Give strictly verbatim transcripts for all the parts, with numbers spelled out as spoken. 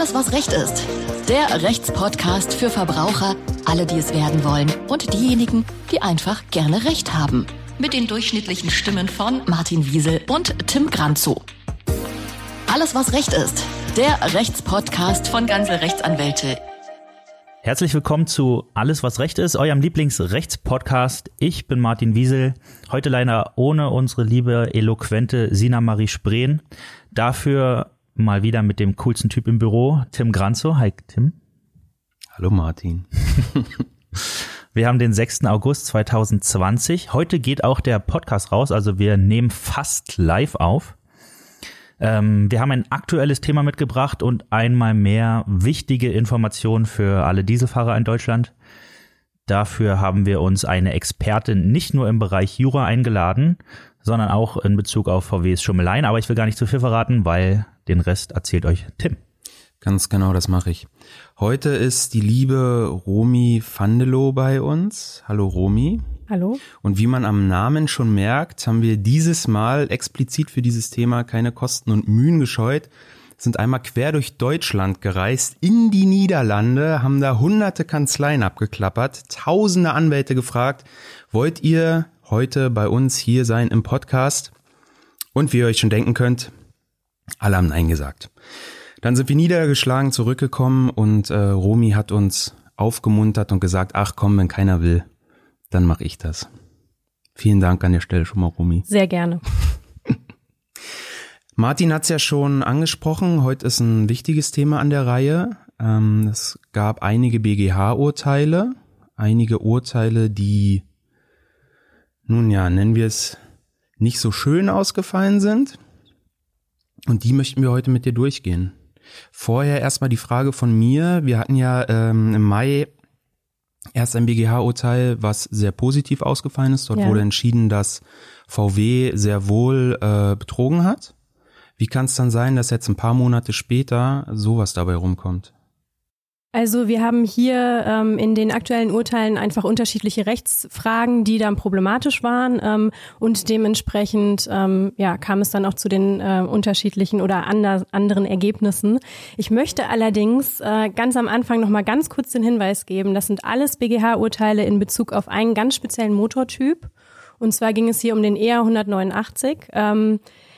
Alles, was Recht ist. Der Rechtspodcast für Verbraucher, alle, die es werden wollen und diejenigen, die einfach gerne Recht haben. Mit den durchschnittlichen Stimmen von Martin Wiesel und Tim Granzow. Alles, was Recht ist. Der Rechtspodcast von Gansel Rechtsanwälte. Herzlich willkommen zu Alles, was Recht ist, eurem Lieblingsrechtspodcast. Ich bin Martin Wiesel, heute leider ohne unsere liebe, eloquente Sina Marie Spreen. Dafür mal wieder mit dem coolsten Typ im Büro, Tim Granzow. Hi, Tim. Hallo, Martin. Wir haben den sechsten August zweitausendzwanzig. Heute geht auch der Podcast raus, also wir nehmen fast live auf. Ähm, wir haben ein aktuelles Thema mitgebracht und einmal mehr wichtige Informationen für alle Dieselfahrer in Deutschland. Dafür haben wir uns eine Expertin nicht nur im Bereich Jura eingeladen, sondern auch in Bezug auf V Ws Schummeleien. Aber ich will gar nicht zu viel verraten, weil den Rest erzählt euch Tim. Ganz genau, das mache ich. Heute ist die liebe Romy Vandelow bei uns. Hallo Romy. Hallo. Und wie man am Namen schon merkt, haben wir dieses Mal explizit für dieses Thema keine Kosten und Mühen gescheut, sind einmal quer durch Deutschland gereist, in die Niederlande, haben da hunderte Kanzleien abgeklappert, tausende Anwälte gefragt, wollt ihr heute bei uns hier sein im Podcast? Und wie ihr euch schon denken könnt, alle haben Nein gesagt. Dann sind wir niedergeschlagen zurückgekommen und äh, Romy hat uns aufgemuntert und gesagt, ach komm, wenn keiner will, dann mache ich das. Vielen Dank an der Stelle schon mal, Romy. Sehr gerne. Martin hat es ja schon angesprochen, heute ist ein wichtiges Thema an der Reihe. Ähm, es gab einige B G H-Urteile, einige Urteile, die, nun ja, nennen wir es, nicht so schön ausgefallen sind. Und die möchten wir heute mit dir durchgehen. Vorher erstmal die Frage von mir. Wir hatten ja ähm, im Mai erst ein B G H-Urteil, was sehr positiv ausgefallen ist. Dort ja. wurde entschieden, dass V W sehr wohl äh, betrogen hat. Wie kann es dann sein, dass jetzt ein paar Monate später sowas dabei rumkommt? Also wir haben hier ähm, in den aktuellen Urteilen einfach unterschiedliche Rechtsfragen, die dann problematisch waren ähm, und dementsprechend ähm, ja, kam es dann auch zu den äh, unterschiedlichen oder ander, anderen Ergebnissen. Ich möchte allerdings äh, ganz am Anfang noch mal ganz kurz den Hinweis geben, das sind alles B G H-Urteile in Bezug auf einen ganz speziellen Motortyp und zwar ging es hier um den E A hundertneunundachtzig. Ähm,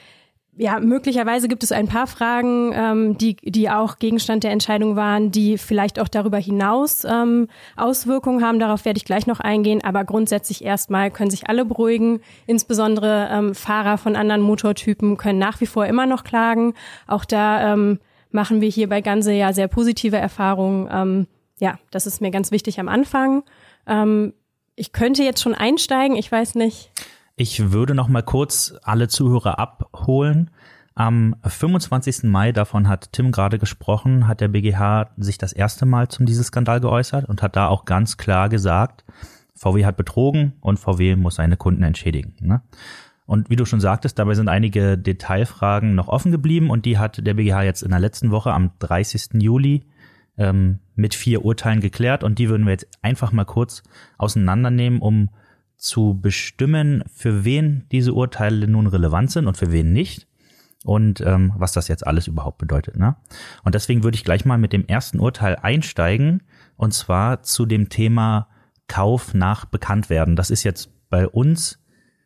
Ja, möglicherweise gibt es ein paar Fragen, ähm, die die auch Gegenstand der Entscheidung waren, die vielleicht auch darüber hinaus ähm, Auswirkungen haben. Darauf werde ich gleich noch eingehen. Aber grundsätzlich erstmal können sich alle beruhigen. Insbesondere ähm, Fahrer von anderen Motortypen können nach wie vor immer noch klagen. Auch da ähm, machen wir hier bei Gansel ja sehr positive Erfahrungen. Ähm, ja, das ist mir ganz wichtig am Anfang. Ähm, ich könnte jetzt schon einsteigen. Ich weiß nicht. Ich würde noch mal kurz alle Zuhörer abholen. Am fünfundzwanzigsten Mai, davon hat Tim gerade gesprochen, hat der B G H sich das erste Mal zum Dieselskandal geäußert und hat da auch ganz klar gesagt, V W hat betrogen und V W muss seine Kunden entschädigen. Ne? Und wie du schon sagtest, dabei sind einige Detailfragen noch offen geblieben und die hat der B G H jetzt in der letzten Woche am dreißigsten Juli ähm, mit vier Urteilen geklärt und die würden wir jetzt einfach mal kurz auseinandernehmen, um zu bestimmen, für wen diese Urteile nun relevant sind und für wen nicht und ähm, was das jetzt alles überhaupt bedeutet. Ne? Und deswegen würde ich gleich mal mit dem ersten Urteil einsteigen und zwar zu dem Thema Kauf nach Bekanntwerden. Das ist jetzt bei uns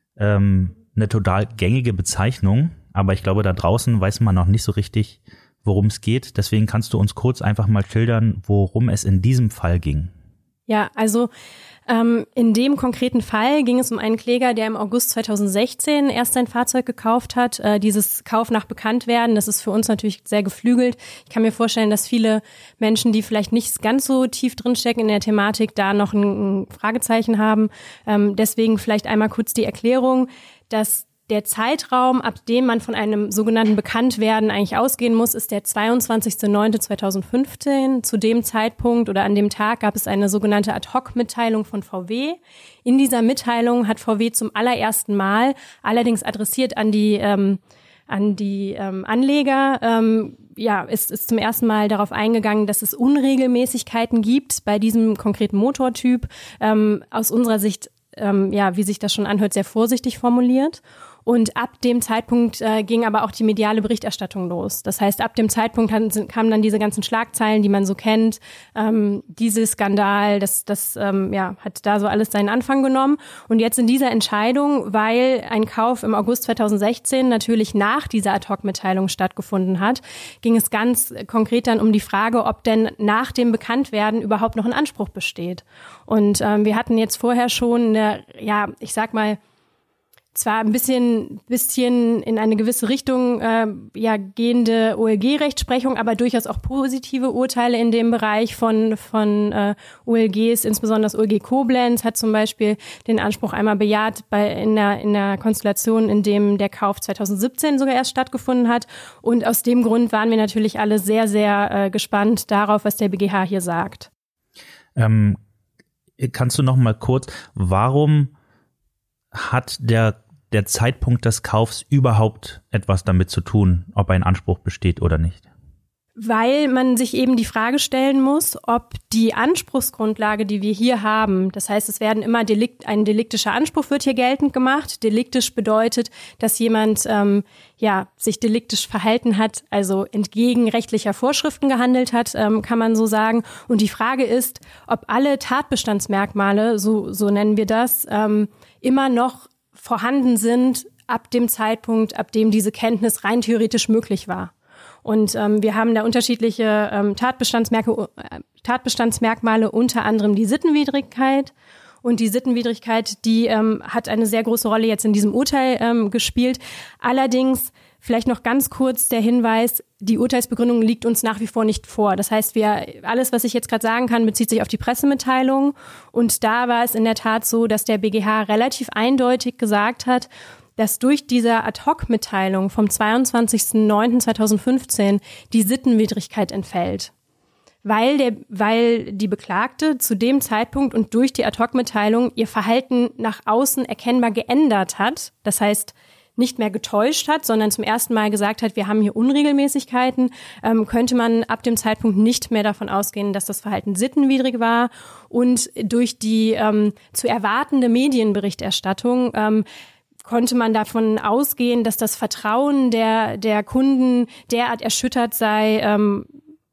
ähm, eine total gängige Bezeichnung, aber ich glaube, da draußen weiß man noch nicht so richtig, worum es geht. Deswegen kannst du uns kurz einfach mal schildern, worum es in diesem Fall ging. Ja, also Ähm, in dem konkreten Fall ging es um einen Kläger, der im August zweitausendsechzehn erst sein Fahrzeug gekauft hat. Äh, dieses Kauf nach Bekanntwerden, das ist für uns natürlich sehr geflügelt. Ich kann mir vorstellen, dass viele Menschen, die vielleicht nicht ganz so tief drinstecken in der Thematik, da noch ein, ein Fragezeichen haben. Ähm, deswegen vielleicht einmal kurz die Erklärung, dass der Zeitraum, ab dem man von einem sogenannten Bekanntwerden eigentlich ausgehen muss, ist der zweiundzwanzigster neunter zweitausendfünfzehn. Zu dem Zeitpunkt oder an dem Tag gab es eine sogenannte Ad-Hoc-Mitteilung von V W. In dieser Mitteilung hat V W zum allerersten Mal, allerdings adressiert an die ähm, an die ähm, Anleger, ähm, ja, ist, ist zum ersten Mal darauf eingegangen, dass es Unregelmäßigkeiten gibt bei diesem konkreten Motortyp. Ähm, aus unserer Sicht, ähm, ja, wie sich das schon anhört, sehr vorsichtig formuliert. Und ab dem Zeitpunkt äh, ging aber auch die mediale Berichterstattung los. Das heißt, ab dem Zeitpunkt hatten, kamen dann diese ganzen Schlagzeilen, die man so kennt. Ähm, dieser Skandal, das, das ähm, ja, hat da so alles seinen Anfang genommen. Und jetzt in dieser Entscheidung, weil ein Kauf im August zweitausendsechzehn natürlich nach dieser Ad-Hoc-Mitteilung stattgefunden hat, ging es ganz konkret dann um die Frage, ob denn nach dem Bekanntwerden überhaupt noch ein Anspruch besteht. Und ähm, wir hatten jetzt vorher schon eine, ja, ich sag mal, zwar ein bisschen, bisschen in eine gewisse Richtung äh, ja, gehende O L G-Rechtsprechung, aber durchaus auch positive Urteile in dem Bereich von, von äh, O L Gs, insbesondere das O L G Koblenz hat zum Beispiel den Anspruch einmal bejaht bei in der, in der Konstellation, in dem der Kauf zweitausendsiebzehn sogar erst stattgefunden hat. Und aus dem Grund waren wir natürlich alle sehr, sehr äh, gespannt darauf, was der B G H hier sagt. Ähm, kannst du noch mal kurz, warum hat der der Zeitpunkt des Kaufs überhaupt etwas damit zu tun, ob ein Anspruch besteht oder nicht? Weil man sich eben die Frage stellen muss, ob die Anspruchsgrundlage, die wir hier haben, das heißt, es werden immer Delikt, ein deliktischer Anspruch wird hier geltend gemacht. Deliktisch bedeutet, dass jemand ähm, ja sich deliktisch verhalten hat, also entgegen rechtlicher Vorschriften gehandelt hat, ähm, kann man so sagen. Und die Frage ist, ob alle Tatbestandsmerkmale, so so nennen wir das, ähm, immer noch vorhanden sind ab dem Zeitpunkt, ab dem diese Kenntnis rein theoretisch möglich war. Und ähm, wir haben da unterschiedliche ähm, Tatbestandsmerke, äh, Tatbestandsmerkmale, unter anderem die Sittenwidrigkeit. Und die Sittenwidrigkeit, die ähm, hat eine sehr große Rolle jetzt in diesem Urteil ähm, gespielt. Allerdings vielleicht noch ganz kurz der Hinweis, die Urteilsbegründung liegt uns nach wie vor nicht vor. Das heißt, wir alles, was ich jetzt gerade sagen kann, bezieht sich auf die Pressemitteilung. Und da war es in der Tat so, dass der B G H relativ eindeutig gesagt hat, dass durch diese Ad-Hoc-Mitteilung vom zweiundzwanzigsten neunten zweitausendfünfzehn die Sittenwidrigkeit entfällt. Weil der, weil die Beklagte zu dem Zeitpunkt und durch die Ad-Hoc-Mitteilung ihr Verhalten nach außen erkennbar geändert hat. Das heißt, nicht mehr getäuscht hat, sondern zum ersten Mal gesagt hat, wir haben hier Unregelmäßigkeiten, ähm, könnte man ab dem Zeitpunkt nicht mehr davon ausgehen, dass das Verhalten sittenwidrig war. Und durch die ähm, zu erwartende Medienberichterstattung ähm, konnte man davon ausgehen, dass das Vertrauen der, der Kunden derart erschüttert sei, ähm,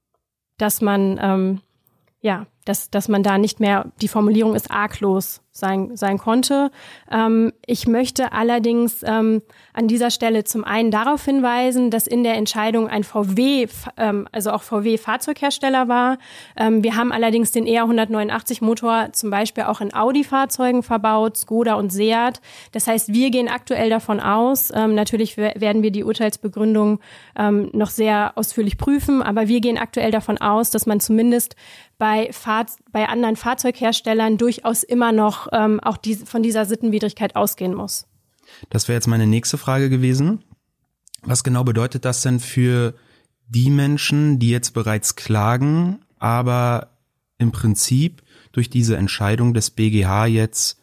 dass man, ähm, ja, dass, dass man da nicht mehr, die Formulierung ist arglos sein, sein konnte. Ähm, ich möchte allerdings ähm, an dieser Stelle zum einen darauf hinweisen, dass in der Entscheidung ein V W, ähm, also auch V W Fahrzeughersteller war. Ähm, wir haben allerdings den E R hundertneunundachtzig Motor zum Beispiel auch in Audi-Fahrzeugen verbaut, Skoda und Seat. Das heißt, wir gehen aktuell davon aus, ähm, natürlich w- werden wir die Urteilsbegründung ähm, noch sehr ausführlich prüfen, aber wir gehen aktuell davon aus, dass man zumindest bei, Fahr- bei anderen Fahrzeugherstellern durchaus immer noch ähm, auch die, von dieser Sittenwidrigkeit ausgehen muss. Das wäre jetzt meine nächste Frage gewesen. Was genau bedeutet das denn für die Menschen, die jetzt bereits klagen, aber im Prinzip durch diese Entscheidung des B G H jetzt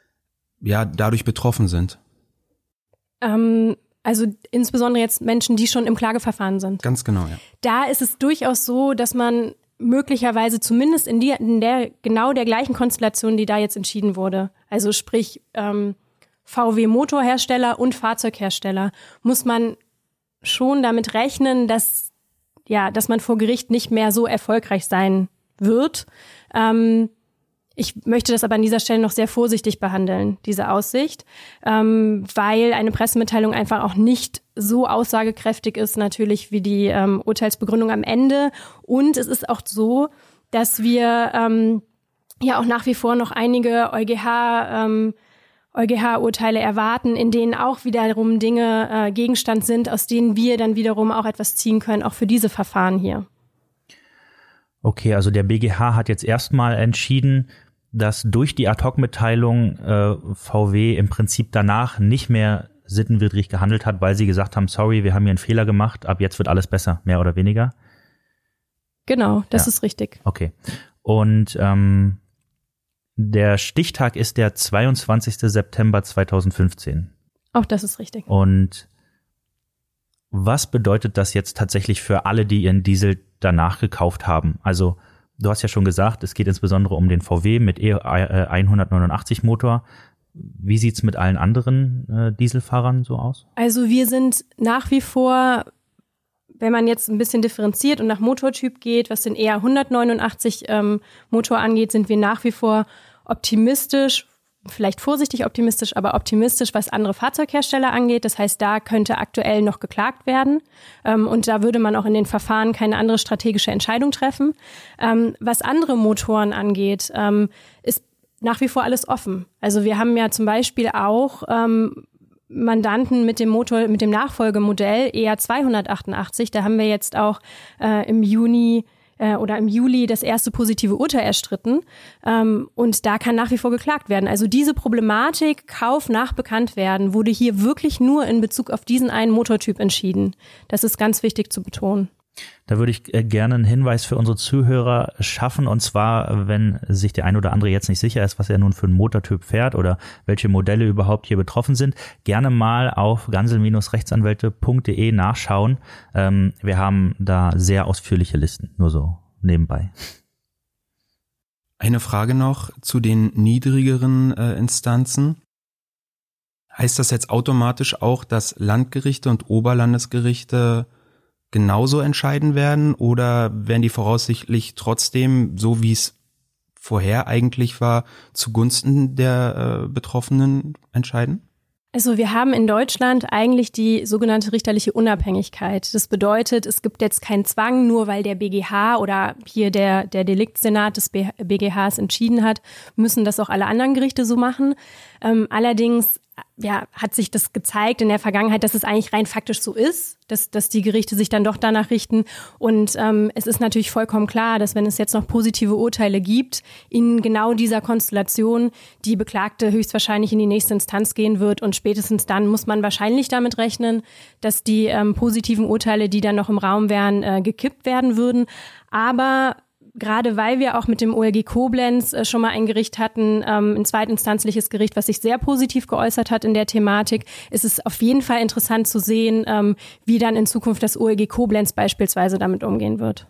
ja dadurch betroffen sind? Ähm, also insbesondere jetzt Menschen, die schon im Klageverfahren sind. Ganz genau, ja. Da ist es durchaus so, dass man möglicherweise zumindest in, die, in der genau der gleichen Konstellation, die da jetzt entschieden wurde, also sprich ähm, V W Motorhersteller und Fahrzeughersteller, muss man schon damit rechnen, dass ja, dass man vor Gericht nicht mehr so erfolgreich sein wird. Ähm, ich möchte das aber an dieser Stelle noch sehr vorsichtig behandeln, diese Aussicht, ähm, weil eine Pressemitteilung einfach auch nicht so aussagekräftig ist natürlich wie die ähm, Urteilsbegründung am Ende. Und es ist auch so, dass wir ähm, ja auch nach wie vor noch einige EuGH ähm, EuGH-Urteile erwarten, in denen auch wiederum Dinge äh, Gegenstand sind, aus denen wir dann wiederum auch etwas ziehen können, auch für diese Verfahren hier. Okay, also der B G H hat jetzt erstmal entschieden, dass durch die Ad-Hoc-Mitteilung äh, V W im Prinzip danach nicht mehr sittenwidrig gehandelt hat, weil sie gesagt haben, sorry, wir haben hier einen Fehler gemacht, ab jetzt wird alles besser, mehr oder weniger? Genau, das ja. ist richtig. Okay. Und ähm, der Stichtag ist der zweiundzwanzigsten September zweitausendfünfzehn. Auch das ist richtig. Und was bedeutet das jetzt tatsächlich für alle, die ihren Diesel danach gekauft haben? Also du hast ja schon gesagt, es geht insbesondere um den V W mit E hundertneunundachtzig Motor. Wie sieht's mit allen anderen äh, Dieselfahrern so aus? Also wir sind nach wie vor, wenn man jetzt ein bisschen differenziert und nach Motortyp geht, was den E R hundertneunundachtzig ähm, Motor angeht, sind wir nach wie vor optimistisch, vielleicht vorsichtig optimistisch, aber optimistisch, was andere Fahrzeughersteller angeht. Das heißt, da könnte aktuell noch geklagt werden. Ähm, und da würde man auch in den Verfahren keine andere strategische Entscheidung treffen. Ähm, was andere Motoren angeht, ähm, ist nach wie vor alles offen. Also wir haben ja zum Beispiel auch ähm, Mandanten mit dem Motor, mit dem Nachfolgemodell E R zweihundertachtundachtzig. Da haben wir jetzt auch äh, im Juni oder im Juli das erste positive Urteil erstritten. Ähm, und da kann nach wie vor geklagt werden. Also diese Problematik, Kauf nach Bekanntwerden, wurde hier wirklich nur in Bezug auf diesen einen Motortyp entschieden. Das ist ganz wichtig zu betonen. Da würde ich gerne einen Hinweis für unsere Zuhörer schaffen, und zwar, wenn sich der ein oder andere jetzt nicht sicher ist, was er nun für einen Motortyp fährt oder welche Modelle überhaupt hier betroffen sind, gerne mal auf gansel Bindestrich rechtsanwälte punkt de nachschauen. Ähm, wir haben da sehr ausführliche Listen, nur so nebenbei. Eine Frage noch zu den niedrigeren äh, Instanzen. Heißt das jetzt automatisch auch, dass Landgerichte und Oberlandesgerichte genauso entscheiden werden, oder werden die voraussichtlich trotzdem, so wie es vorher eigentlich war, zugunsten der äh, Betroffenen entscheiden? Also wir haben in Deutschland eigentlich die sogenannte richterliche Unabhängigkeit. Das bedeutet, es gibt jetzt keinen Zwang, nur weil der B G H oder hier der, der Deliktssenat des B G Hs entschieden hat, müssen das auch alle anderen Gerichte so machen. Ähm, allerdings ja, hat sich das gezeigt in der Vergangenheit, dass es eigentlich rein faktisch so ist, dass, dass die Gerichte sich dann doch danach richten. Und ähm, es ist natürlich vollkommen klar, dass wenn es jetzt noch positive Urteile gibt, in genau dieser Konstellation die Beklagte höchstwahrscheinlich in die nächste Instanz gehen wird. Und spätestens dann muss man wahrscheinlich damit rechnen, dass die ähm, positiven Urteile, die dann noch im Raum wären, äh, gekippt werden würden. Aber gerade weil wir auch mit dem O L G Koblenz äh, schon mal ein Gericht hatten, ähm, ein zweitinstanzliches Gericht, was sich sehr positiv geäußert hat in der Thematik, ist es auf jeden Fall interessant zu sehen, ähm, wie dann in Zukunft das O L G Koblenz beispielsweise damit umgehen wird.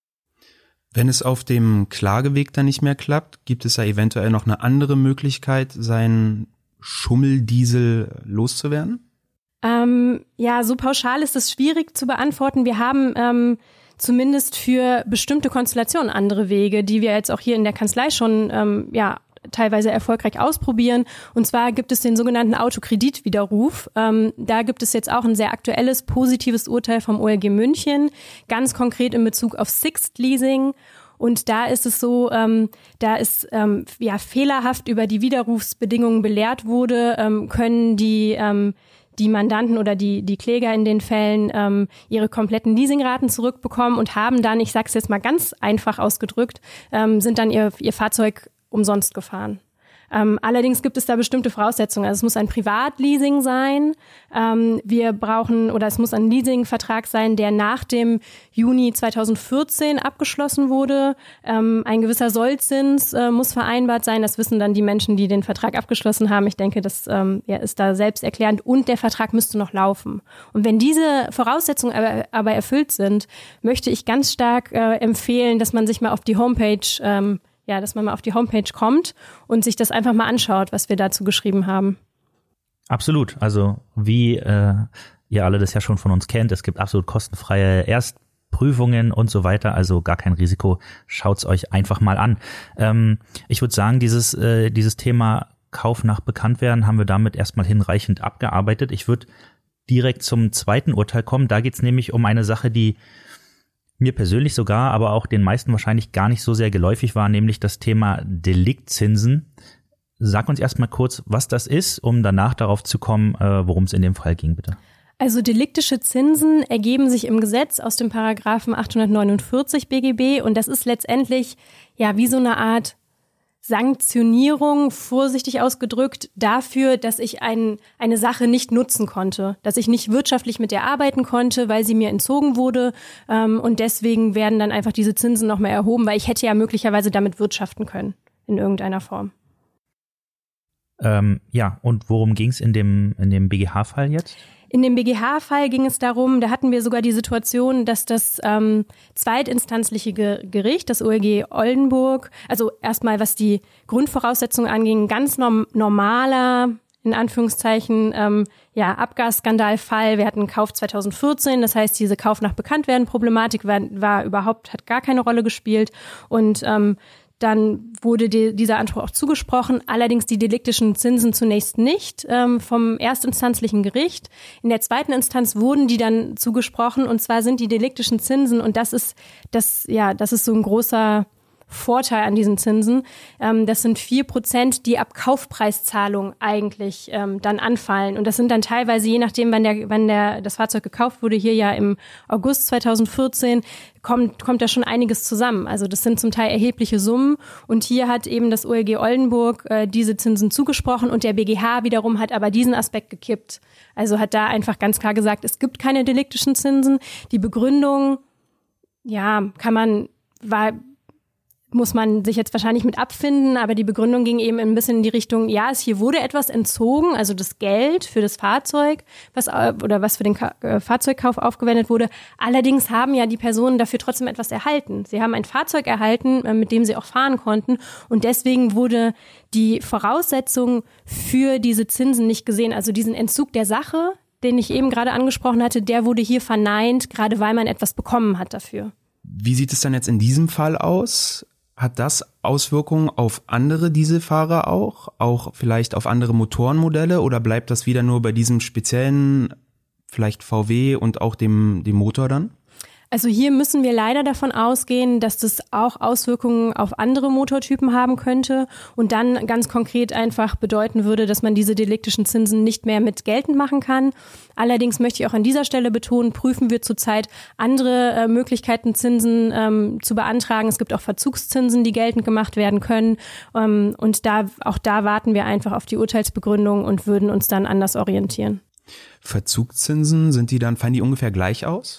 Wenn es auf dem Klageweg dann nicht mehr klappt, gibt es ja eventuell noch eine andere Möglichkeit, seinen Schummeldiesel loszuwerden? Ähm, ja, so pauschal ist es schwierig zu beantworten. Wir haben ähm, zumindest für bestimmte Konstellationen andere Wege, die wir jetzt auch hier in der Kanzlei schon ähm, ja teilweise erfolgreich ausprobieren. Und zwar gibt es den sogenannten Autokreditwiderruf. Ähm, da gibt es jetzt auch ein sehr aktuelles, positives Urteil vom O L G München, ganz konkret in Bezug auf Sixt Leasing. Und da ist es so, ähm, da ist ähm, ja fehlerhaft über die Widerrufsbedingungen belehrt wurde, ähm, können die ähm, die Mandanten oder die die Kläger in den Fällen ähm, ihre kompletten Leasingraten zurückbekommen und haben dann, ich sag's jetzt mal ganz einfach ausgedrückt, ähm, sind dann ihr ihr Fahrzeug umsonst gefahren. Ähm, allerdings gibt es da bestimmte Voraussetzungen. Also es muss ein Privatleasing sein. Ähm, wir brauchen, oder es muss ein Leasingvertrag sein, der nach dem Juni zweitausendvierzehn abgeschlossen wurde. Ähm, ein gewisser Sollzins äh, muss vereinbart sein. Das wissen dann die Menschen, die den Vertrag abgeschlossen haben. Ich denke, das ähm, ja, ist da selbsterklärend. Und der Vertrag müsste noch laufen. Und wenn diese Voraussetzungen aber, aber erfüllt sind, möchte ich ganz stark äh, empfehlen, dass man sich mal auf die Homepage ähm, Ja, dass man mal auf die Homepage kommt und sich das einfach mal anschaut, was wir dazu geschrieben haben. Absolut. Also wie äh, ihr alle das ja schon von uns kennt, es gibt absolut kostenfreie Erstprüfungen und so weiter, also gar kein Risiko. Schaut's euch einfach mal an. Ähm, ich würde sagen, dieses äh, dieses Thema Kauf nach Bekanntwerden haben wir damit erstmal hinreichend abgearbeitet. Ich würde direkt zum zweiten Urteil kommen. Da geht's nämlich um eine Sache, die mir persönlich sogar, aber auch den meisten wahrscheinlich gar nicht so sehr geläufig war, nämlich das Thema Deliktzinsen. Sag uns erstmal kurz, was das ist, um danach darauf zu kommen, worum es in dem Fall ging, bitte. Also deliktische Zinsen ergeben sich im Gesetz aus dem Paragraphen achthundertneunundvierzig B G B und das ist letztendlich ja wie so eine Art Sanktionierung, vorsichtig ausgedrückt, dafür, dass ich ein, eine Sache nicht nutzen konnte, dass ich nicht wirtschaftlich mit der arbeiten konnte, weil sie mir entzogen wurde ähm, und deswegen werden dann einfach diese Zinsen nochmal erhoben, weil ich hätte ja möglicherweise damit wirtschaften können, in irgendeiner Form. Ähm, ja, und worum ging es in dem, in dem B G H-Fall jetzt? In dem B G H-Fall ging es darum, da hatten wir sogar die Situation, dass das ähm, zweitinstanzliche Gericht, das O L G Oldenburg, also erstmal was die Grundvoraussetzungen anging, ganz norm- normaler, in Anführungszeichen, ähm, ja, Abgasskandalfall. Wir hatten Kauf zweitausendvierzehn, das heißt, diese Kauf nach Bekanntwerden-Problematik war, war überhaupt, hat gar keine Rolle gespielt und ähm, dann wurde die, dieser Anspruch auch zugesprochen, allerdings die deliktischen Zinsen zunächst nicht ähm, vom erstinstanzlichen Gericht. In der zweiten Instanz wurden die dann zugesprochen und zwar sind die deliktischen Zinsen und das ist das ja das ist so ein großer Vorteil an diesen Zinsen. Ähm, das sind vier Prozent, die ab Kaufpreiszahlung eigentlich ähm, dann anfallen. Und das sind dann teilweise, je nachdem, wann der, wann der, das Fahrzeug gekauft wurde, hier ja im August zweitausendvierzehn, kommt, kommt da schon einiges zusammen. Also das sind zum Teil erhebliche Summen. Und hier hat eben das O L G Oldenburg äh, diese Zinsen zugesprochen und der B G H wiederum hat aber diesen Aspekt gekippt. Also hat da einfach ganz klar gesagt, es gibt keine deliktischen Zinsen. Die Begründung, ja, kann man, war, muss man sich jetzt wahrscheinlich mit abfinden, aber die Begründung ging eben ein bisschen in die Richtung, ja, es hier wurde etwas entzogen, also das Geld für das Fahrzeug, was oder was für den Ka- äh, Fahrzeugkauf aufgewendet wurde. Allerdings haben ja die Personen dafür trotzdem etwas erhalten. Sie haben ein Fahrzeug erhalten, äh, mit dem sie auch fahren konnten und deswegen wurde die Voraussetzung für diese Zinsen nicht gesehen, also diesen Entzug der Sache, den ich eben gerade angesprochen hatte, der wurde hier verneint, gerade weil man etwas bekommen hat dafür. Wie sieht es dann jetzt in diesem Fall aus? Hat das Auswirkungen auf andere Dieselfahrer auch? Auch vielleicht auf andere Motorenmodelle? Oder bleibt das wieder nur bei diesem speziellen, vielleicht V W und auch dem, dem Motor dann? Also hier müssen wir leider davon ausgehen, dass das auch Auswirkungen auf andere Motortypen haben könnte und dann ganz konkret einfach bedeuten würde, dass man diese deliktischen Zinsen nicht mehr mit geltend machen kann. Allerdings möchte ich auch an dieser Stelle betonen, prüfen wir zurzeit andere äh, Möglichkeiten, Zinsen ähm, zu beantragen. Es gibt auch Verzugszinsen, die geltend gemacht werden können. Ähm, und da auch da warten wir einfach auf die Urteilsbegründung und würden uns dann anders orientieren. Verzugszinsen, sind die dann, fallen die ungefähr gleich aus?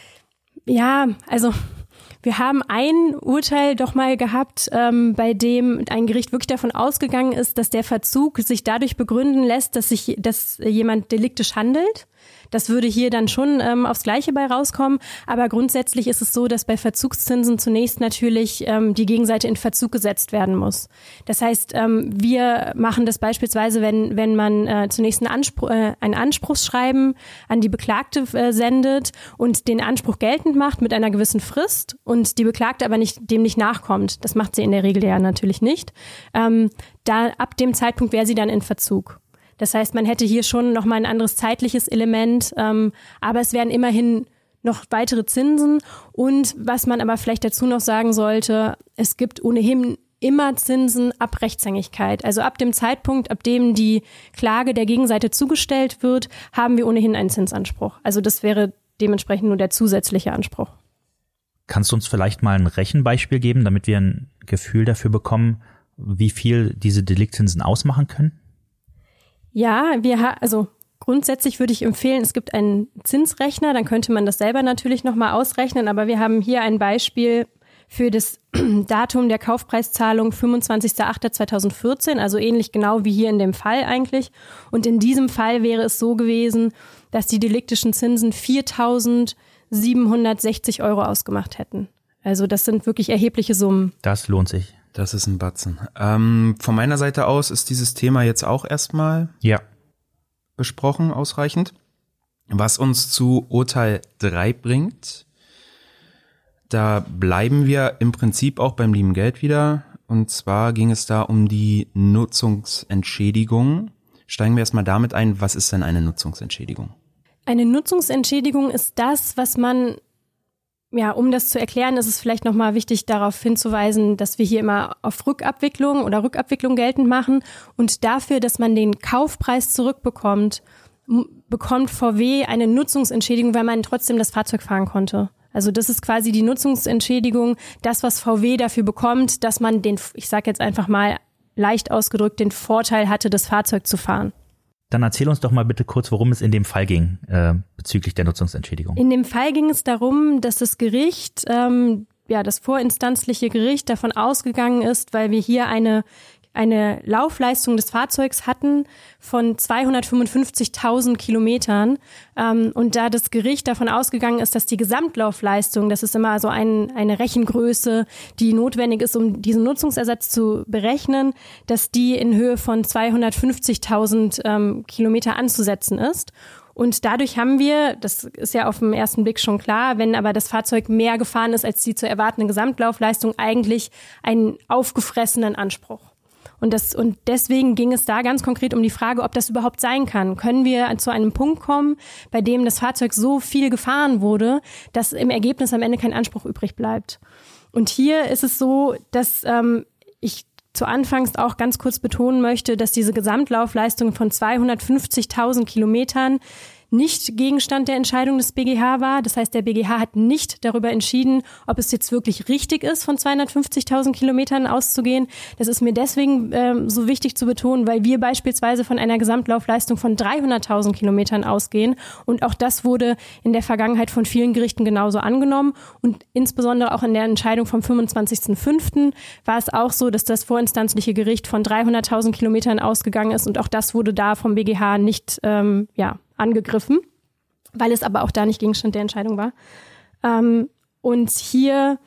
Ja, also wir haben ein Urteil doch mal gehabt, ähm, bei dem ein Gericht wirklich davon ausgegangen ist, dass der Verzug sich dadurch begründen lässt, dass sich, dass jemand deliktisch handelt. Das würde hier dann schon ähm, aufs Gleiche bei rauskommen. Aber grundsätzlich ist es so, dass bei Verzugszinsen zunächst natürlich ähm, die Gegenseite in Verzug gesetzt werden muss. Das heißt, ähm, wir machen das beispielsweise, wenn wenn man äh, zunächst ein, Anspruch, äh, ein Anspruchsschreiben an die Beklagte äh, sendet und den Anspruch geltend macht mit einer gewissen Frist und die Beklagte aber nicht dem nicht nachkommt. Das macht sie in der Regel ja natürlich nicht. Ähm, da ab dem Zeitpunkt wäre sie dann in Verzug. Das heißt, man hätte hier schon noch mal ein anderes zeitliches Element, ähm, aber es wären immerhin noch weitere Zinsen. Und was man aber vielleicht dazu noch sagen sollte, es gibt ohnehin immer Zinsen ab Rechtshängigkeit. Also ab dem Zeitpunkt, ab dem die Klage der Gegenseite zugestellt wird, haben wir ohnehin einen Zinsanspruch. Also das wäre dementsprechend nur der zusätzliche Anspruch. Kannst du uns vielleicht mal ein Rechenbeispiel geben, damit wir ein Gefühl dafür bekommen, wie viel diese Deliktzinsen ausmachen können? Ja, wir ha- also grundsätzlich würde ich empfehlen, es gibt einen Zinsrechner, dann könnte man das selber natürlich nochmal ausrechnen, aber wir haben hier ein Beispiel für das Datum der Kaufpreiszahlung fünfundzwanzigster achter zweitausendvierzehn, also ähnlich genau wie hier in dem Fall eigentlich. Und in diesem Fall wäre es so gewesen, dass die deliktischen Zinsen viertausendsiebenhundertsechzig Euro ausgemacht hätten. Also das sind wirklich erhebliche Summen. Das lohnt sich. Das ist ein Batzen. Ähm, von meiner Seite aus ist dieses Thema jetzt auch erstmal ja. besprochen, ausreichend. Was uns zu Urteil drei bringt, da bleiben wir im Prinzip auch beim lieben Geld wieder. Und zwar ging es da um die Nutzungsentschädigung. Steigen wir erstmal damit ein, was ist denn eine Nutzungsentschädigung? Eine Nutzungsentschädigung ist das, was man Ja, um das zu erklären, ist es vielleicht nochmal wichtig, darauf hinzuweisen, dass wir hier immer auf Rückabwicklung oder Rückabwicklung geltend machen und dafür, dass man den Kaufpreis zurückbekommt, m- bekommt V W eine Nutzungsentschädigung, weil man trotzdem das Fahrzeug fahren konnte. Also das ist quasi die Nutzungsentschädigung, das, was V W dafür bekommt, dass man den, ich sage jetzt einfach mal leicht ausgedrückt, den Vorteil hatte, das Fahrzeug zu fahren. Dann erzähl uns doch mal bitte kurz, worum es in dem Fall ging, äh, bezüglich der Nutzungsentschädigung. In dem Fall ging es darum, dass das Gericht, ähm, ja, das vorinstanzliche Gericht davon ausgegangen ist, weil wir hier eine eine Laufleistung des Fahrzeugs hatten von zweihundertfünfundfünfzigtausend Kilometern. Ähm, und da das Gericht davon ausgegangen ist, dass die Gesamtlaufleistung, das ist immer so ein, eine Rechengröße, die notwendig ist, um diesen Nutzungsersatz zu berechnen, dass die in Höhe von zweihundertfünfzigtausend ähm, Kilometer anzusetzen ist. Und dadurch haben wir, das ist ja auf den ersten Blick schon klar, wenn aber das Fahrzeug mehr gefahren ist als die zu erwartende Gesamtlaufleistung, eigentlich einen aufgefressenen Anspruch. Und das, und deswegen ging es da ganz konkret um die Frage, ob das überhaupt sein kann. Können wir zu einem Punkt kommen, bei dem das Fahrzeug so viel gefahren wurde, dass im Ergebnis am Ende kein Anspruch übrig bleibt? Und hier ist es so, dass ähm, ich zu Anfangs auch ganz kurz betonen möchte, dass diese Gesamtlaufleistung von zweihundertfünfzigtausend Kilometern nicht Gegenstand der Entscheidung des B G H war. Das heißt, der B G H hat nicht darüber entschieden, ob es jetzt wirklich richtig ist, von zweihundertfünfzigtausend Kilometern auszugehen. Das ist mir deswegen ähm, so wichtig zu betonen, weil wir beispielsweise von einer Gesamtlaufleistung von dreihunderttausend Kilometern ausgehen. Und auch das wurde in der Vergangenheit von vielen Gerichten genauso angenommen. Und insbesondere auch in der Entscheidung vom fünfundzwanzigsten fünften war es auch so, dass das vorinstanzliche Gericht von dreihunderttausend Kilometern ausgegangen ist. Und auch das wurde da vom B G H nicht, ähm, ja, angegriffen, weil es aber auch da nicht Gegenstand der Entscheidung war. Ähm, und hier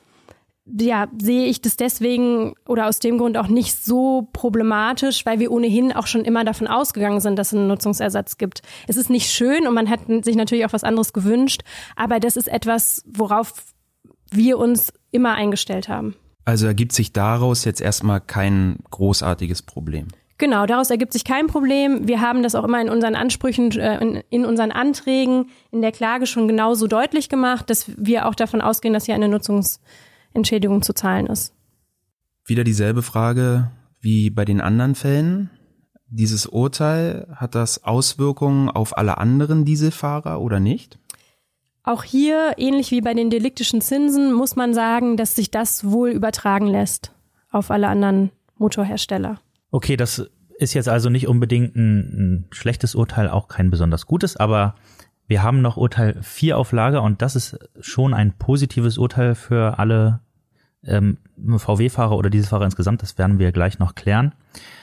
ja, sehe ich das deswegen oder aus dem Grund auch nicht so problematisch, weil wir ohnehin auch schon immer davon ausgegangen sind, dass es einen Nutzungsersatz gibt. Es ist nicht schön und man hat sich natürlich auch was anderes gewünscht, aber das ist etwas, worauf wir uns immer eingestellt haben. Also ergibt sich daraus jetzt erstmal kein großartiges Problem. Genau, daraus ergibt sich kein Problem. Wir haben das auch immer in unseren Ansprüchen, in, in unseren Anträgen, in der Klage schon genauso deutlich gemacht, dass wir auch davon ausgehen, dass hier eine Nutzungsentschädigung zu zahlen ist. Wieder dieselbe Frage wie bei den anderen Fällen. Dieses Urteil, hat das Auswirkungen auf alle anderen Dieselfahrer oder nicht? Auch hier, ähnlich wie bei den deliktischen Zinsen, muss man sagen, dass sich das wohl übertragen lässt auf alle anderen Motorhersteller. Okay, das ist jetzt also nicht unbedingt ein, ein schlechtes Urteil, auch kein besonders gutes, aber wir haben noch Urteil vier auf Lager und das ist schon ein positives Urteil für alle ähm, V W-Fahrer oder Dieselfahrer insgesamt, das werden wir gleich noch klären.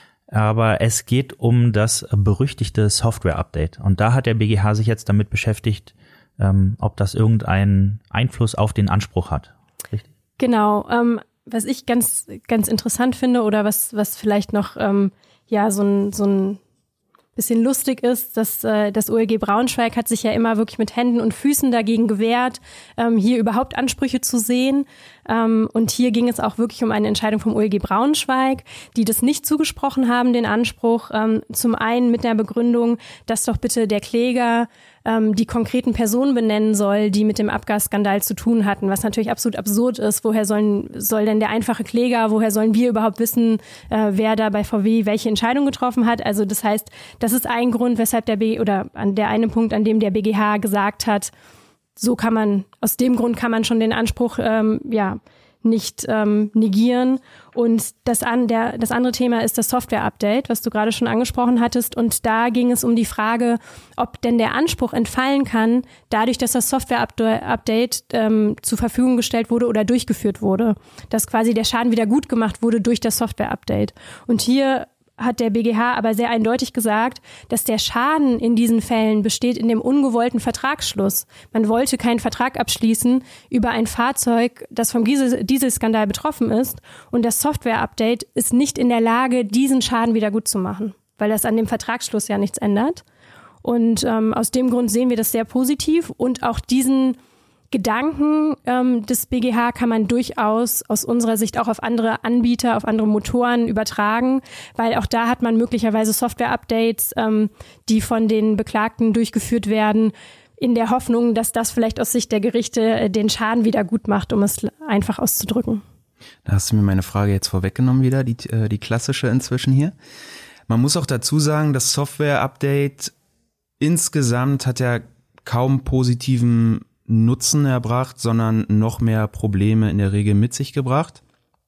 Aber es geht um das berüchtigte Software-Update und da hat der B G H sich jetzt damit beschäftigt, ähm, ob das irgendeinen Einfluss auf den Anspruch hat. Richtig? Genau, ähm, was ich ganz ganz interessant finde oder was was vielleicht noch ähm, ja so ein so ein bisschen lustig ist, dass äh, das O L G Braunschweig hat sich ja immer wirklich mit Händen und Füßen dagegen gewehrt, ähm, hier überhaupt Ansprüche zu sehen. Ähm, und hier ging es auch wirklich um eine Entscheidung vom O L G Braunschweig, die das nicht zugesprochen haben, den Anspruch. Ähm, zum einen mit der Begründung, dass doch bitte der Kläger ähm, die konkreten Personen benennen soll, die mit dem Abgasskandal zu tun hatten, was natürlich absolut absurd ist. Woher sollen, soll denn der einfache Kläger, woher sollen wir überhaupt wissen, äh, wer da bei V W welche Entscheidung getroffen hat? Also das heißt, das ist ein Grund, weshalb der B oder an der eine Punkt, an dem der B G H gesagt hat, so kann man, aus dem Grund kann man schon den Anspruch ähm, ja nicht ähm, negieren. Und das, an, der, das andere Thema ist das Software-Update, was du gerade schon angesprochen hattest. Und da ging es um die Frage, ob denn der Anspruch entfallen kann, dadurch, dass das Software-Update ähm, zur Verfügung gestellt wurde oder durchgeführt wurde. Dass quasi der Schaden wieder gut gemacht wurde durch das Software-Update. Und hier hat der B G H aber sehr eindeutig gesagt, dass der Schaden in diesen Fällen besteht in dem ungewollten Vertragsschluss. Man wollte keinen Vertrag abschließen über ein Fahrzeug, das vom Dieselskandal betroffen ist. Und das Software-Update ist nicht in der Lage, diesen Schaden wieder gut zu machen, weil das an dem Vertragsschluss ja nichts ändert. Und ähm, aus dem Grund sehen wir das sehr positiv. Und auch diesen Gedanken ähm, des B G H kann man durchaus aus unserer Sicht auch auf andere Anbieter, auf andere Motoren übertragen, weil auch da hat man möglicherweise Software-Updates, ähm, die von den Beklagten durchgeführt werden, in der Hoffnung, dass das vielleicht aus Sicht der Gerichte äh, den Schaden wieder gut macht, um es einfach auszudrücken. Da hast du mir meine Frage jetzt vorweggenommen wieder, die, äh, die klassische inzwischen hier. Man muss auch dazu sagen, das Software-Update insgesamt hat ja kaum positiven Nutzen erbracht, sondern noch mehr Probleme in der Regel mit sich gebracht.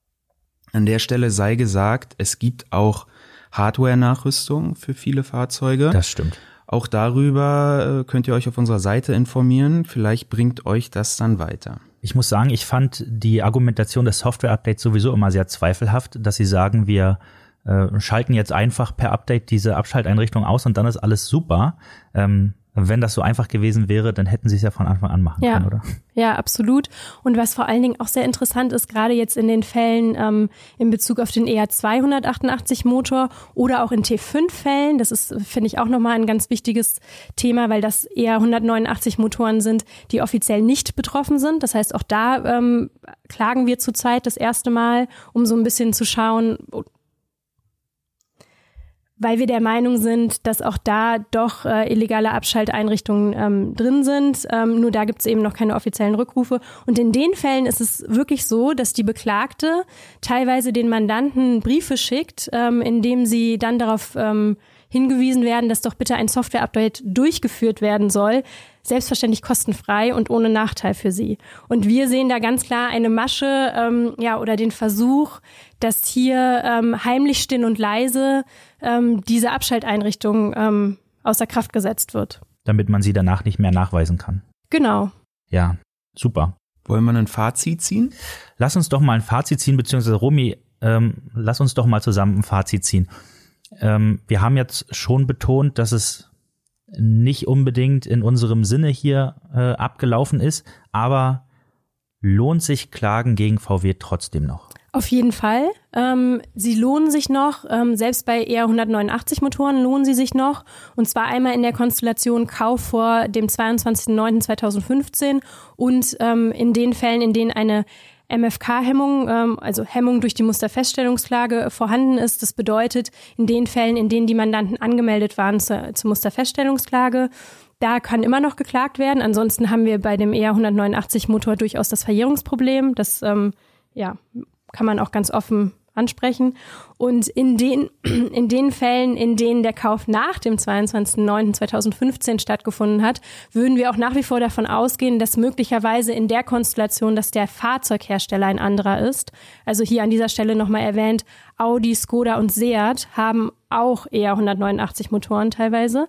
An der Stelle sei gesagt, es gibt auch Hardware-Nachrüstung für viele Fahrzeuge. Das stimmt. Auch darüber könnt ihr euch auf unserer Seite informieren. Vielleicht bringt euch das dann weiter. Ich muss sagen, ich fand die Argumentation des Software-Updates sowieso immer sehr zweifelhaft, dass sie sagen, wir äh, schalten jetzt einfach per Update diese Abschalteinrichtung aus und dann ist alles super. Ähm, wenn das so einfach gewesen wäre, dann hätten sie es ja von Anfang an machen ja. können, oder? Ja, absolut. Und was vor allen Dingen auch sehr interessant ist, gerade jetzt in den Fällen ähm, in Bezug auf den E A zweihundertachtundachtzig Motor oder auch in T fünf Fällen, das ist, finde ich, auch nochmal ein ganz wichtiges Thema, weil das E A hundertneunundachtzig Motoren sind, die offiziell nicht betroffen sind. Das heißt, auch da ähm, klagen wir zurzeit das erste Mal, um so ein bisschen zu schauen, weil wir der Meinung sind, dass auch da doch äh, illegale Abschalteinrichtungen ähm, drin sind. Ähm, nur da gibt es eben noch keine offiziellen Rückrufe. Und in den Fällen ist es wirklich so, dass die Beklagte teilweise den Mandanten Briefe schickt, ähm, indem sie dann darauf ähm, hingewiesen werden, dass doch bitte ein Software-Update durchgeführt werden soll. Selbstverständlich kostenfrei und ohne Nachteil für sie. Und wir sehen da ganz klar eine Masche ähm, ja, oder den Versuch, dass hier ähm, heimlich, still und leise ähm, diese Abschalteinrichtung ähm, außer Kraft gesetzt wird. Damit man sie danach nicht mehr nachweisen kann. Genau. Ja, super. Wollen wir ein Fazit ziehen? Lass uns doch mal ein Fazit ziehen, beziehungsweise Romy, ähm, lass uns doch mal zusammen ein Fazit ziehen. Ähm, wir haben jetzt schon betont, dass es nicht unbedingt in unserem Sinne hier äh, abgelaufen ist, aber lohnt sich Klagen gegen V W trotzdem noch? Auf jeden Fall. Ähm, sie lohnen sich noch, ähm, selbst bei E A hundertneunundachtzig Motoren lohnen sie sich noch. Und zwar einmal in der Konstellation Kauf vor dem zweiundzwanzigsten neunten zweitausendfünfzehn und ähm, in den Fällen, in denen eine M F K-Hemmung, ähm, also Hemmung durch die Musterfeststellungsklage vorhanden ist. Das bedeutet, in den Fällen, in denen die Mandanten angemeldet waren zur, zur Musterfeststellungsklage, da kann immer noch geklagt werden. Ansonsten haben wir bei dem E A hundertneunundachtzig Motor durchaus das Verjährungsproblem. Das ähm, ja, kann man auch ganz offen ansprechen. Und in den, in den Fällen, in denen der Kauf nach dem zweiundzwanzigsten neunten zweitausendfünfzehn stattgefunden hat, würden wir auch nach wie vor davon ausgehen, dass möglicherweise in der Konstellation, dass der Fahrzeughersteller ein anderer ist. Also hier an dieser Stelle nochmal erwähnt, Audi, Skoda und Seat haben auch E A hundertneunundachtzig Motoren teilweise.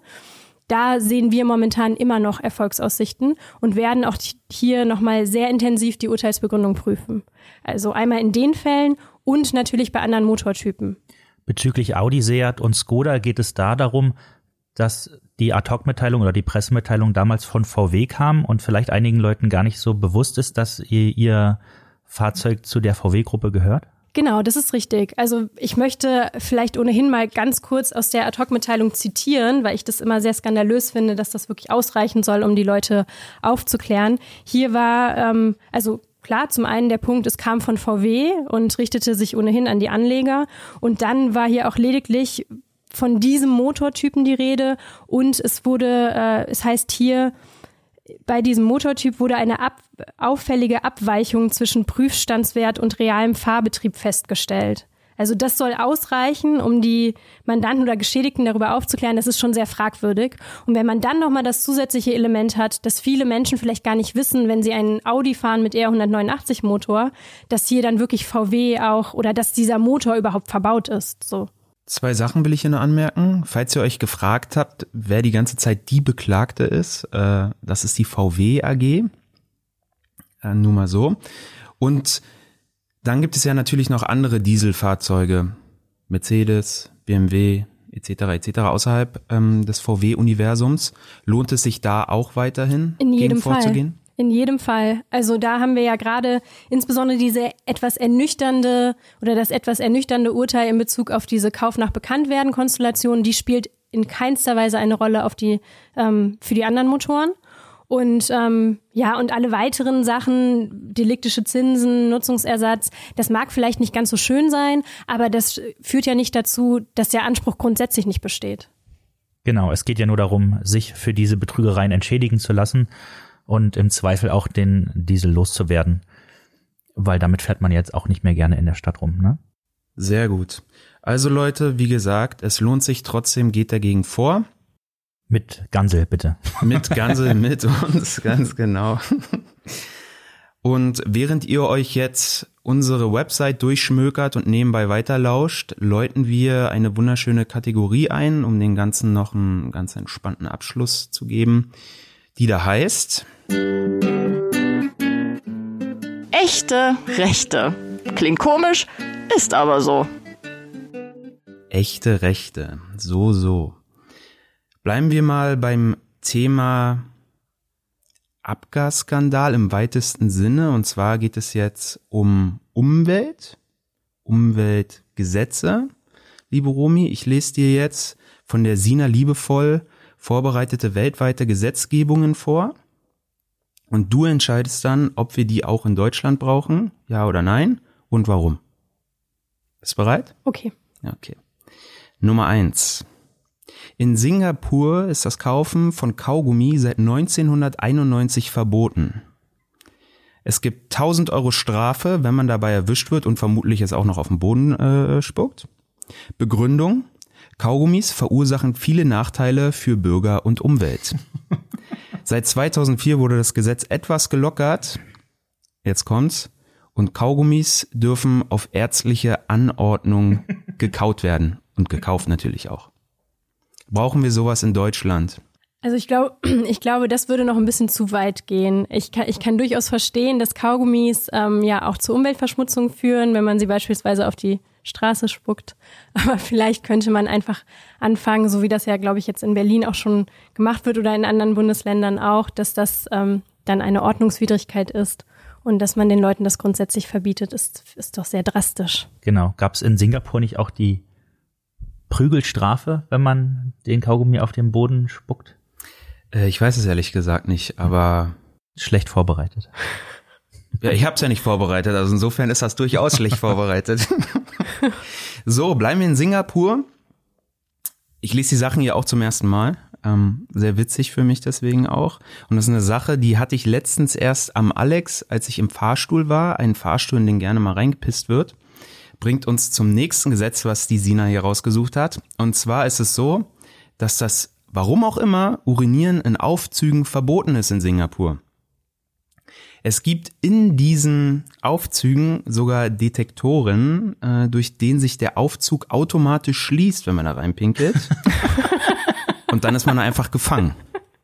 Da sehen wir momentan immer noch Erfolgsaussichten und werden auch hier nochmal sehr intensiv die Urteilsbegründung prüfen. Also einmal in den Fällen und natürlich bei anderen Motortypen. Bezüglich Audi, Seat und Skoda geht es da darum, dass die Ad-Hoc-Mitteilung oder die Pressemitteilung damals von V W kam und vielleicht einigen Leuten gar nicht so bewusst ist, dass ihr, ihr Fahrzeug zu der V W-Gruppe gehört? Genau, das ist richtig. Also ich möchte vielleicht ohnehin mal ganz kurz aus der Ad-Hoc-Mitteilung zitieren, weil ich das immer sehr skandalös finde, dass das wirklich ausreichen soll, um die Leute aufzuklären. Hier war, ähm, also klar, zum einen der Punkt, es kam von V W und richtete sich ohnehin an die Anleger. Und dann war hier auch lediglich von diesem Motortypen die Rede. Und es wurde, äh, es heißt hier, bei diesem Motortyp wurde eine ab, auffällige Abweichung zwischen Prüfstandswert und realem Fahrbetrieb festgestellt. Also das soll ausreichen, um die Mandanten oder Geschädigten darüber aufzuklären. Das ist schon sehr fragwürdig. Und wenn man dann nochmal das zusätzliche Element hat, dass viele Menschen vielleicht gar nicht wissen, wenn sie einen Audi fahren mit E A hundertneunundachtzig Motor, dass hier dann wirklich V W auch oder dass dieser Motor überhaupt verbaut ist. So. Zwei Sachen will ich hier nur anmerken. Falls ihr euch gefragt habt, wer die ganze Zeit die Beklagte ist, äh, das ist die V W A G. Äh, nur mal so. Und dann gibt es ja natürlich noch andere Dieselfahrzeuge, Mercedes, B M W et cetera et cetera außerhalb ähm, des V W-Universums. Lohnt es sich da auch weiterhin In jedem gegen vorzugehen? Fall. In jedem Fall. Also da haben wir ja gerade insbesondere diese etwas ernüchternde oder das etwas ernüchternde Urteil in Bezug auf diese Kauf nach Bekanntwerden-Konstellation, die spielt in keinster Weise eine Rolle auf die ähm, für die anderen Motoren. Und ähm, ja, und alle weiteren Sachen, deliktische Zinsen, Nutzungsersatz, das mag vielleicht nicht ganz so schön sein, aber das führt ja nicht dazu, dass der Anspruch grundsätzlich nicht besteht. Genau, es geht ja nur darum, sich für diese Betrügereien entschädigen zu lassen und im Zweifel auch den Diesel loszuwerden, weil damit fährt man jetzt auch nicht mehr gerne in der Stadt rum, ne? Sehr gut. Also Leute, wie gesagt, es lohnt sich trotzdem, geht dagegen vor. Mit Gansel, bitte. Mit Gansel, mit uns, ganz genau. Und während ihr euch jetzt unsere Website durchschmökert und nebenbei weiterlauscht, läuten wir eine wunderschöne Kategorie ein, um den Ganzen noch einen ganz entspannten Abschluss zu geben, die da heißt: Echte Rechte. Klingt komisch, ist aber so. echte Rechte. So, so. Bleiben wir mal beim Thema Abgasskandal im weitesten Sinne. Und zwar geht es jetzt um Umwelt, Umweltgesetze. Liebe Romy, ich lese dir jetzt von der Sina liebevoll vorbereitete weltweite Gesetzgebungen vor. Und du entscheidest dann, ob wir die auch in Deutschland brauchen, ja oder nein, und warum. Bist du bereit? Okay. Okay. Nummer eins. In Singapur ist das Kaufen von Kaugummi seit neunzehnhunderteinundneunzig verboten. Es gibt tausend Euro Strafe, wenn man dabei erwischt wird und vermutlich es auch noch auf den Boden äh, spuckt. Begründung: Kaugummis verursachen viele Nachteile für Bürger und Umwelt. Seit zweitausendvier wurde das Gesetz etwas gelockert. Jetzt kommt's. Und Kaugummis dürfen auf ärztliche Anordnung gekaut werden. Und gekauft natürlich auch. Brauchen wir sowas in Deutschland? Also ich glaube, ich glaube, das würde noch ein bisschen zu weit gehen. Ich kann, ich kann durchaus verstehen, dass Kaugummis ähm, ja auch zu Umweltverschmutzung führen, wenn man sie beispielsweise auf die Straße spuckt. Aber vielleicht könnte man einfach anfangen, so wie das ja, glaube ich, jetzt in Berlin auch schon gemacht wird oder in anderen Bundesländern auch, dass das ähm, dann eine Ordnungswidrigkeit ist. Und dass man den Leuten das grundsätzlich verbietet, ist, ist doch sehr drastisch. Genau. Gab es in Singapur nicht auch die Prügelstrafe, wenn man den Kaugummi auf den Boden spuckt? Äh, ich weiß es ehrlich gesagt nicht, aber schlecht vorbereitet. Ja, ich habe es ja nicht vorbereitet, also insofern ist das durchaus schlecht vorbereitet. So, bleiben wir in Singapur. Ich lese die Sachen hier auch zum ersten Mal. Ähm, sehr witzig für mich deswegen auch. Und das ist eine Sache, die hatte ich letztens erst am Alex, als ich im Fahrstuhl war. Einen Fahrstuhl, in den gerne mal reingepisst wird. Bringt uns zum nächsten Gesetz, was die Sina hier rausgesucht hat. Und zwar ist es so, dass das, warum auch immer, Urinieren in Aufzügen verboten ist in Singapur. Es gibt in diesen Aufzügen sogar Detektoren, äh, durch den sich der Aufzug automatisch schließt, wenn man da reinpinkelt. Und dann ist man einfach gefangen.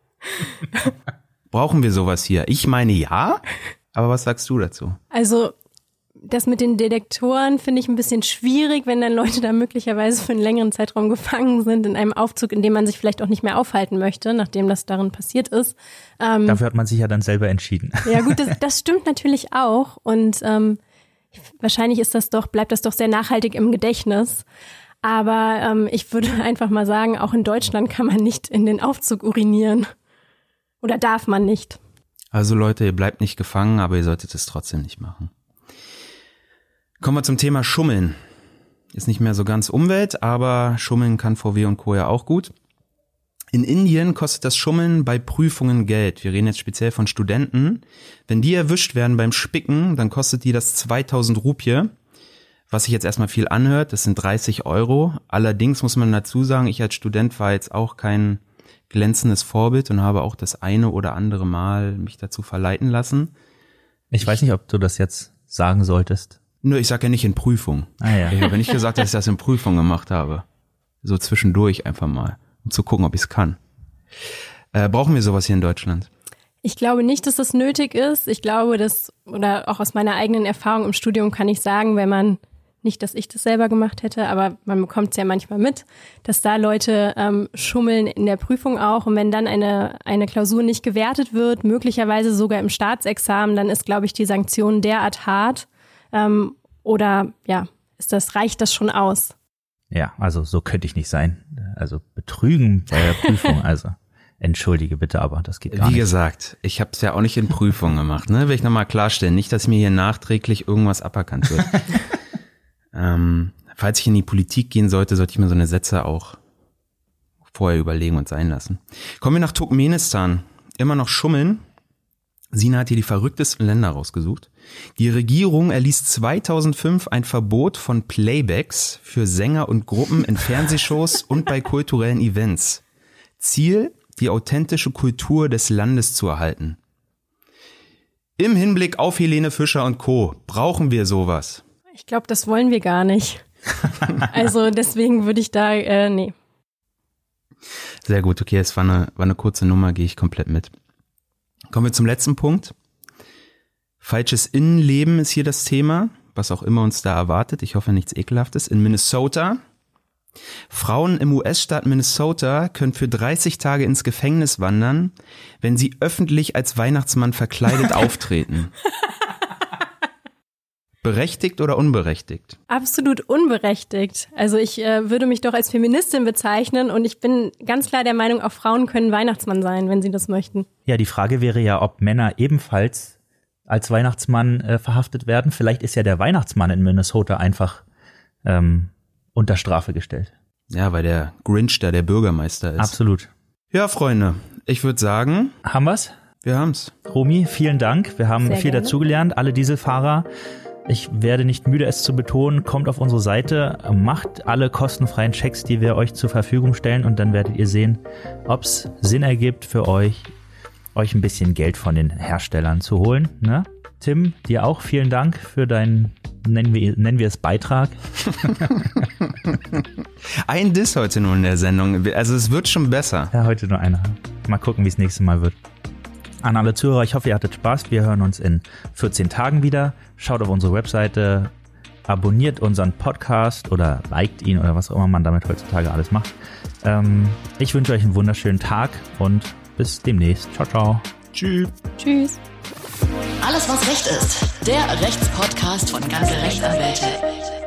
Brauchen wir sowas hier? Ich meine ja, aber was sagst du dazu? Also das mit den Detektoren finde ich ein bisschen schwierig, wenn dann Leute da möglicherweise für einen längeren Zeitraum gefangen sind in einem Aufzug, in dem man sich vielleicht auch nicht mehr aufhalten möchte, nachdem das darin passiert ist. Ähm, Dafür hat man sich ja dann selber entschieden. Ja gut, das, das stimmt natürlich auch und ähm, wahrscheinlich ist das doch, bleibt das doch sehr nachhaltig im Gedächtnis. Aber ähm, ich würde einfach mal sagen, auch in Deutschland kann man nicht in den Aufzug urinieren. Oder darf man nicht. Also Leute, ihr bleibt nicht gefangen, aber ihr solltet es trotzdem nicht machen. Kommen wir zum Thema Schummeln. Ist nicht mehr so ganz Umwelt, aber Schummeln kann V W und Co. ja auch gut. In Indien kostet das Schummeln bei Prüfungen Geld. Wir reden jetzt speziell von Studenten. Wenn die erwischt werden beim Spicken, dann kostet die das zweitausend Rupie. Was sich jetzt erstmal viel anhört, das sind dreißig Euro. Allerdings muss man dazu sagen, ich als Student war jetzt auch kein glänzendes Vorbild und habe auch das eine oder andere Mal mich dazu verleiten lassen. Ich weiß nicht, ob du das jetzt sagen solltest. Nö, ich sag ja nicht in Prüfung. Ah, ja. Ich habe nicht gesagt, dass ich das in Prüfung gemacht habe. So zwischendurch einfach mal, um zu gucken, ob ich es kann. Äh, brauchen wir sowas hier in Deutschland? Ich glaube nicht, dass das nötig ist. Ich glaube, dass, oder auch aus meiner eigenen Erfahrung im Studium kann ich sagen, wenn man, nicht, dass ich das selber gemacht hätte, aber man bekommt es ja manchmal mit, dass da Leute ähm, schummeln in der Prüfung auch. Und wenn dann eine eine Klausur nicht gewertet wird, möglicherweise sogar im Staatsexamen, dann ist, glaube ich, die Sanktion derart hart. Ähm, oder ja, ist das, reicht das schon aus? Ja, also so könnte ich nicht sein. Also betrügen bei der Prüfung, also entschuldige bitte, aber das geht gar Wie nicht. Wie gesagt, ich habe es ja auch nicht in Prüfung gemacht, ne? Will ich nochmal klarstellen. Nicht, dass mir hier nachträglich irgendwas aberkannt wird. ähm, falls ich in die Politik gehen sollte, sollte ich mir so eine Sätze auch vorher überlegen und sein lassen. Kommen wir nach Turkmenistan. Immer noch schummeln. Sina hat hier die verrücktesten Länder rausgesucht. Die Regierung erließ zweitausendfünf ein Verbot von Playbacks für Sänger und Gruppen in Fernsehshows und bei kulturellen Events. Ziel, die authentische Kultur des Landes zu erhalten. Im Hinblick auf Helene Fischer und Co. brauchen wir sowas. Ich glaube, das wollen wir gar nicht. Also deswegen würde ich da, äh, nee. Sehr gut, okay, es war eine, war eine kurze Nummer, gehe ich komplett mit. Kommen wir zum letzten Punkt. Falsches Innenleben ist hier das Thema, was auch immer uns da erwartet. Ich hoffe, nichts Ekelhaftes. In Minnesota Frauen im U S-Staat Minnesota können für dreißig Tage ins Gefängnis wandern, wenn sie öffentlich als Weihnachtsmann verkleidet auftreten. Berechtigt oder unberechtigt? Absolut unberechtigt. Also ich äh, würde mich doch als Feministin bezeichnen und ich bin ganz klar der Meinung, auch Frauen können Weihnachtsmann sein, wenn sie das möchten. Ja, die Frage wäre ja, ob Männer ebenfalls als Weihnachtsmann äh, verhaftet werden. Vielleicht ist ja der Weihnachtsmann in Minnesota einfach ähm, unter Strafe gestellt. Ja, weil der Grinch da der Bürgermeister ist. Absolut. Ja, Freunde, ich würde sagen... Haben wir's? Wir haben's. Romy, vielen Dank. Wir haben Sehr viel gerne. dazugelernt. Alle Dieselfahrer, ich werde nicht müde, es zu betonen, kommt auf unsere Seite, macht alle kostenfreien Checks, die wir euch zur Verfügung stellen und dann werdet ihr sehen, ob's Sinn ergibt für euch, euch ein bisschen Geld von den Herstellern zu holen. Ne? Tim, dir auch vielen Dank für deinen, nennen wir, nennen wir es Beitrag. Ein Diss heute nur in der Sendung. Also es wird schon besser. Ja, heute nur einer. Mal gucken, wie es nächstes Mal wird. An alle Zuhörer, ich hoffe, ihr hattet Spaß. Wir hören uns in vierzehn Tagen wieder. Schaut auf unsere Webseite, abonniert unseren Podcast oder liked ihn oder was auch immer man damit heutzutage alles macht. Ähm, ich wünsche euch einen wunderschönen Tag und bis demnächst. Ciao, ciao. Tschüss. Tschüss. Alles, was Recht ist. Der Rechtspodcast von Ganze Rechtsanwälte.